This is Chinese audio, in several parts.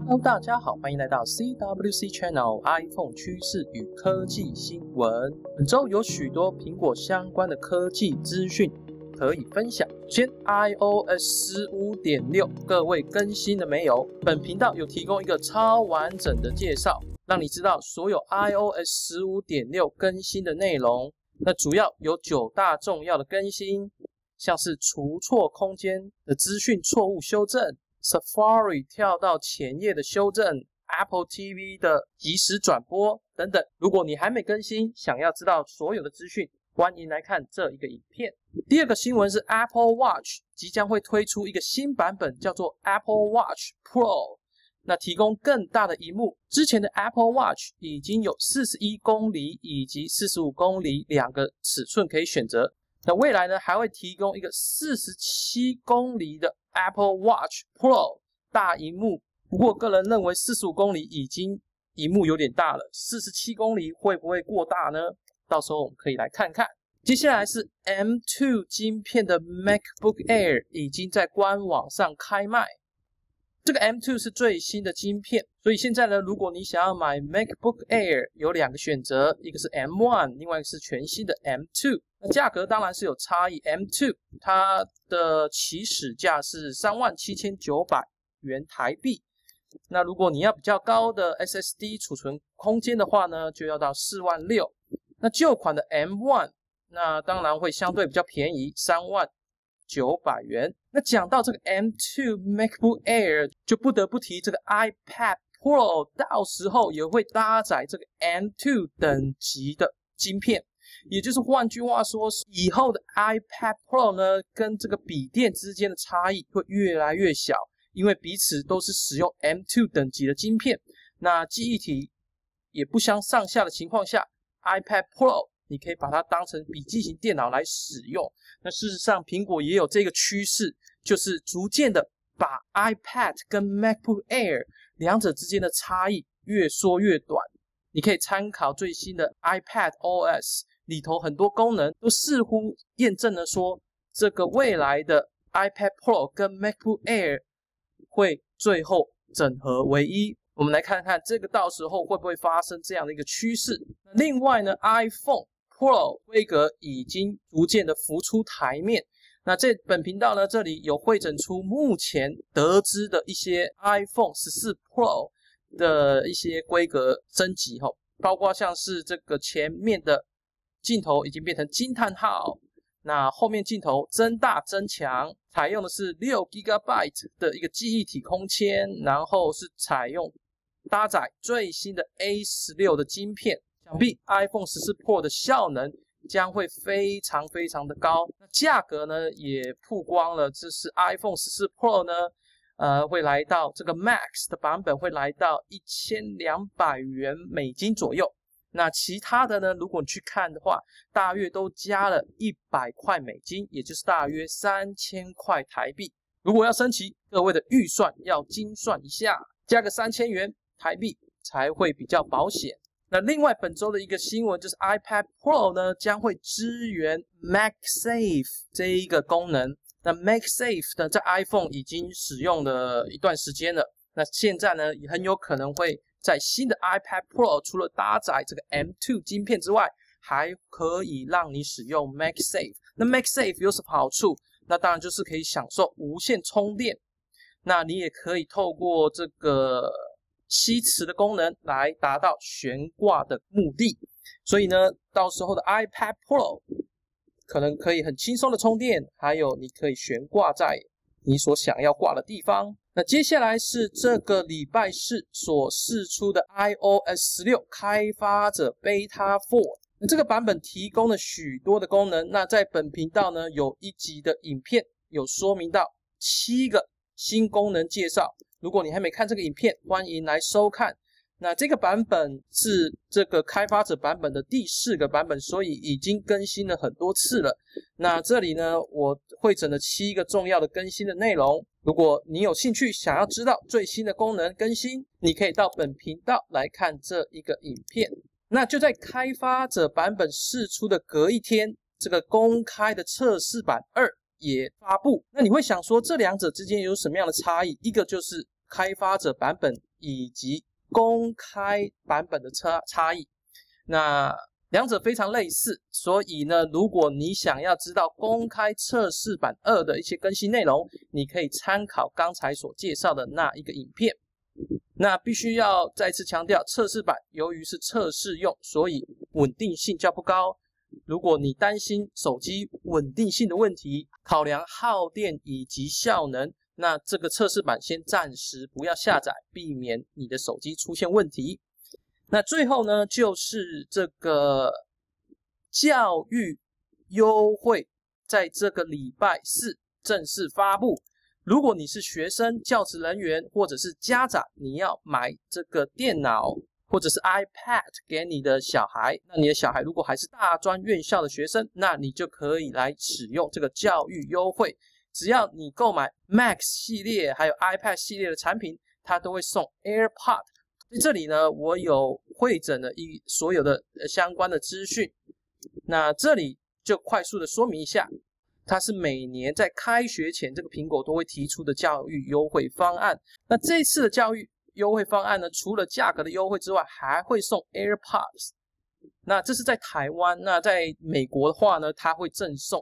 Hello， 大家好，欢迎来到 CWC Channel iPhone 趋势与科技新闻。本周有许多苹果相关的科技资讯可以分享。首先 iOS 15.6， 各位更新了没有？本频道有提供一个超完整的介绍，让你知道所有 iOS 15.6 更新的内容。那主要有9大重要的更新，像是除错空间的资讯错误修正， Safari 跳到前页的修正， Apple TV 的即时转播等等。如果你还没更新，想要知道所有的资讯，欢迎来看这一个影片。第二个新闻是 Apple Watch 即将会推出一个新版本，叫做 Apple Watch Pro， 那提供更大的萤幕。之前的 Apple Watch 已经有41公厘以及45公厘两个尺寸可以选择，那未来呢还会提供一个47公厘的 Apple Watch Pro 大萤幕。不过个人认为45公厘已经萤幕有点大了，47公厘会不会过大呢？到时候我们可以来看看。接下来是 M2 晶片的 MacBook Air 已经在官网上开卖。这个 M2 是最新的晶片，所以现在呢，如果你想要买 MacBook Air， 有两个选择，一个是 M1， 另外一个是全新的 M2。那价格当然是有差异。M2 它的起始价是37,900元台币。那如果你要比较高的 SSD 储存空间的话呢，就要到46,000。那旧款的 M1 那当然会相对比较便宜，39,000元。那讲到这个 M2 MacBook Air， 就不得不提这个 iPad Pro 到时候也会搭载这个 M2 等级的晶片，也就是换句话说，以后的 iPad Pro 呢跟这个笔电之间的差异会越来越小，因为彼此都是使用 M2 等级的晶片，那记忆体也不相上下的情况下， iPad Pro 你可以把它当成笔记型电脑来使用。那事实上苹果也有这个趋势，就是逐渐的把 iPad 跟 MacBook Air 两者之间的差异越缩越短。你可以参考最新的 iPad OS， 里头很多功能都似乎验证了说，这个未来的 iPad Pro 跟 MacBook Air 会最后整合为一。我们来看看这个到时候会不会发生这样的一个趋势。另外呢 iPhone Pro 规格已经逐渐的浮出台面。那本频道呢，这里有汇整出目前得知的一些 iPhone 14 Pro 的一些规格升级，包括像是这个前面的镜头已经变成惊叹号，那后面镜头增大增强，采用的是6GB 的一个记忆体空间，然后是采用搭载最新的 A16 的晶片。想必 iPhone 14 Pro 的效能将会非常非常的高。那价格呢也曝光了，这是 iPhone 14 Pro 呢会来到这个 Max 的版本会来到1200元美金左右。那其他的呢，如果你去看的话，大约都加了100块美金，也就是大约3000块台币。如果要升级，各位的预算要精算一下，加个3000元台币才会比较保险。那另外本周的一个新闻就是 iPad Pro 呢将会支援 MagSafe 这一个功能。那 MagSafe 呢在 iPhone 已经使用了一段时间了，那现在呢也很有可能会在新的 iPad Pro 除了搭载这个 M2 晶片之外，还可以让你使用 MagSafe。那 MagSafe 有什么好处？那当然就是可以享受无线充电，那你也可以透过这个吸磁的功能来达到悬挂的目的。所以呢到时候的 iPad Pro 可能可以很轻松的充电，还有你可以悬挂在你所想要挂的地方。那接下来是这个礼拜四所释出的 iOS 16开发者 Beta 4。那这个版本提供了许多的功能，那在本频道呢有一集的影片有说明到7个新功能介绍，如果你还没看这个影片，欢迎来收看。那这个版本是这个开发者版本的第4个版本，所以已经更新了很多次了。那这里呢我汇整了7个重要的更新的内容，如果你有兴趣想要知道最新的功能更新，你可以到本频道来看这一个影片。那就在开发者版本释出的隔一天，这个公开的测试版2也发布。那你会想说这两者之间有什么样的差异？一个就是开发者版本以及公开版本的差异。那两者非常类似，所以呢，如果你想要知道公开测试版2的一些更新内容，你可以参考刚才所介绍的那一个影片。那必须要再次强调，测试版由于是测试用，所以稳定性较不高。如果你担心手机稳定性的问题，考量耗电以及效能，那这个测试版先暂时不要下载，避免你的手机出现问题。那最后呢，就是这个教育优惠，在这个礼拜4正式发布。如果你是学生、教职人员或者是家长，你要买这个电脑或者是 iPad 给你的小孩，那你的小孩如果还是大专院校的学生，那你就可以来使用这个教育优惠。只要你购买 Max 系列还有 iPad 系列的产品，它都会送 AirPod。在这里呢，我有汇整了所有的相关的资讯。那这里就快速的说明一下，它是每年在开学前，这个苹果都会提出的教育优惠方案。那这次的教育优惠方案呢，除了价格的优惠之外，还会送 AirPods。那这是在台湾，那在美国的话呢，它会赠送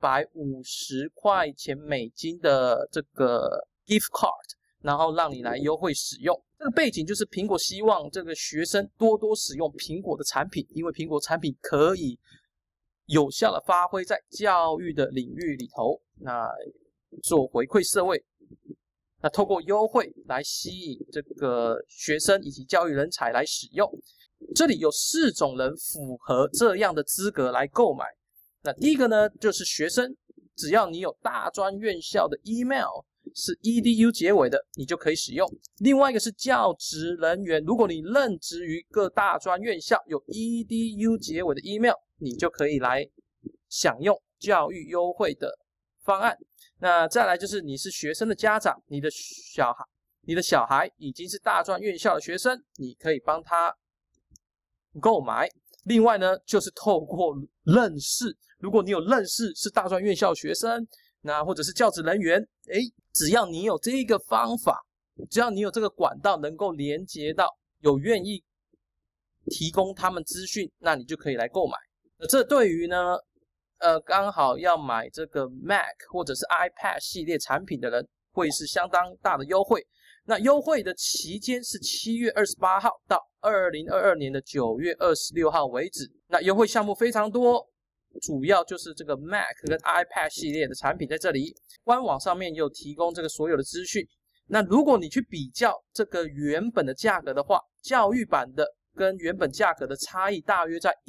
150块钱美金的这个 gift card， 然后让你来优惠使用。这个背景就是苹果希望这个学生多多使用苹果的产品，因为苹果产品可以有效的发挥在教育的领域里头，那做回馈社会，那透过优惠来吸引这个学生以及教育人才来使用。这里有4种人符合这样的资格来购买。那第一个呢，就是学生，只要你有大专院校的 email 是 edu 结尾的，你就可以使用。另外一个是教职人员，如果你任职于各大专院校有 edu 结尾的 email， 你就可以来享用教育优惠的方案。那再来就是你是学生的家长，你的小孩已经是大专院校的学生，你可以帮他购买。另外呢，就是透过认识，如果你有认识是大专院校的学生，那或者是教职人员，只要你有这个方法，只要你有这个管道能够连接到有愿意提供他们资讯，那你就可以来购买。这对于呢刚好要买这个 Mac 或者是 iPad 系列产品的人，会是相当大的优惠。那优惠的期间是7月28号到2022年的9月26号为止。那优惠项目非常多，主要就是这个 Mac 跟 iPad 系列的产品在这里。官网上面有提供这个所有的资讯。那如果你去比较这个原本的价格的话，教育版的跟原本价格的差异大约在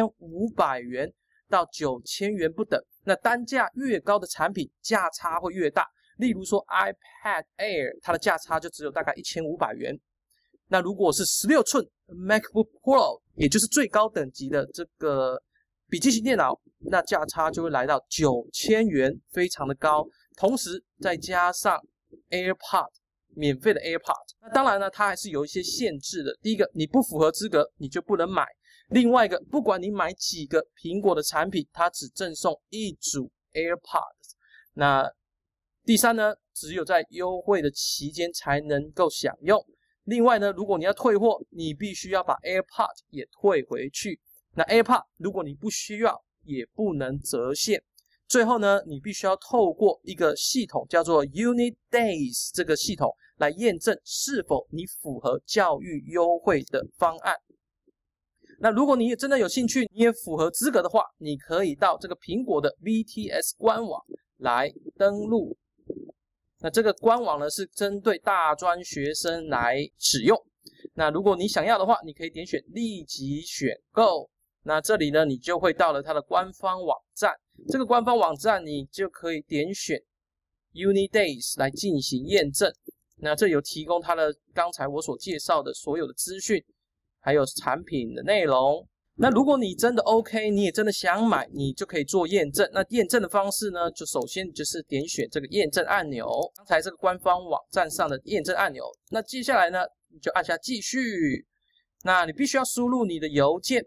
1500元到9000元不等。那单价越高的产品，价差会越大。例如说 iPad Air， 它的价差就只有大概1500元。那如果是16寸 MacBook Pro， 也就是最高等级的这个笔记型电脑，那价差就会来到9000元，非常的高。同时再加上 AirPod， 免费的 AirPod， 那当然呢，它还是有一些限制的。第一个，你不符合资格，你就不能买。另外一个，不管你买几个苹果的产品，它只赠送1组 AirPods。那第三呢，只有在优惠的期间才能够享用。另外呢，如果你要退货，你必须要把 AirPod 也退回去。那 AirPod 如果你不需要，也不能折现。最后呢，你必须要透过一个系统叫做 Unit Days 这个系统来验证是否你符合教育优惠的方案。那如果你也真的有兴趣，你也符合资格的话，你可以到这个苹果的 VTS 官网来登录。那这个官网呢是针对大专学生来使用。那如果你想要的话，你可以点选立即选购。那这里呢，你就会到了它的官方网站。这个官方网站你就可以点选 Unit Days 来进行验证。那这有提供它的刚才我所介绍的所有的资讯，还有产品的内容。那如果你真的 OK， 你也真的想买，你就可以做验证。那验证的方式呢，就首先就是点选这个验证按钮，刚才这个官方网站上的验证按钮。那接下来呢，你就按下继续。那你必须要输入你的邮件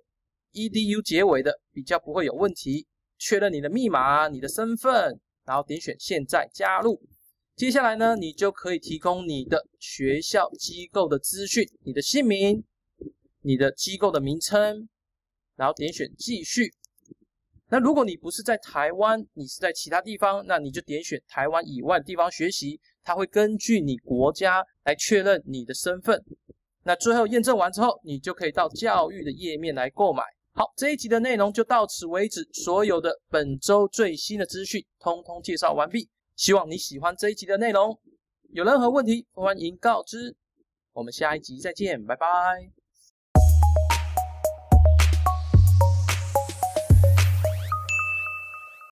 edu 结尾的，比较不会有问题。确认你的密码、你的身份，然后点选现在加入。 接下来呢，你就可以提供你的学校机构的资讯，你的姓名，你的机构的名称，然后点选继续。那如果你不是在台湾，你是在其他地方，那你就点选台湾以外的地方学习，它会根据你国家来确认你的身份。那最后验证完之后，你就可以到教育的页面来购买。好，这一集的内容就到此为止，所有的本周最新的资讯通通介绍完毕。希望你喜欢这一集的内容，有任何问题欢迎告知。我们下一集再见，拜拜。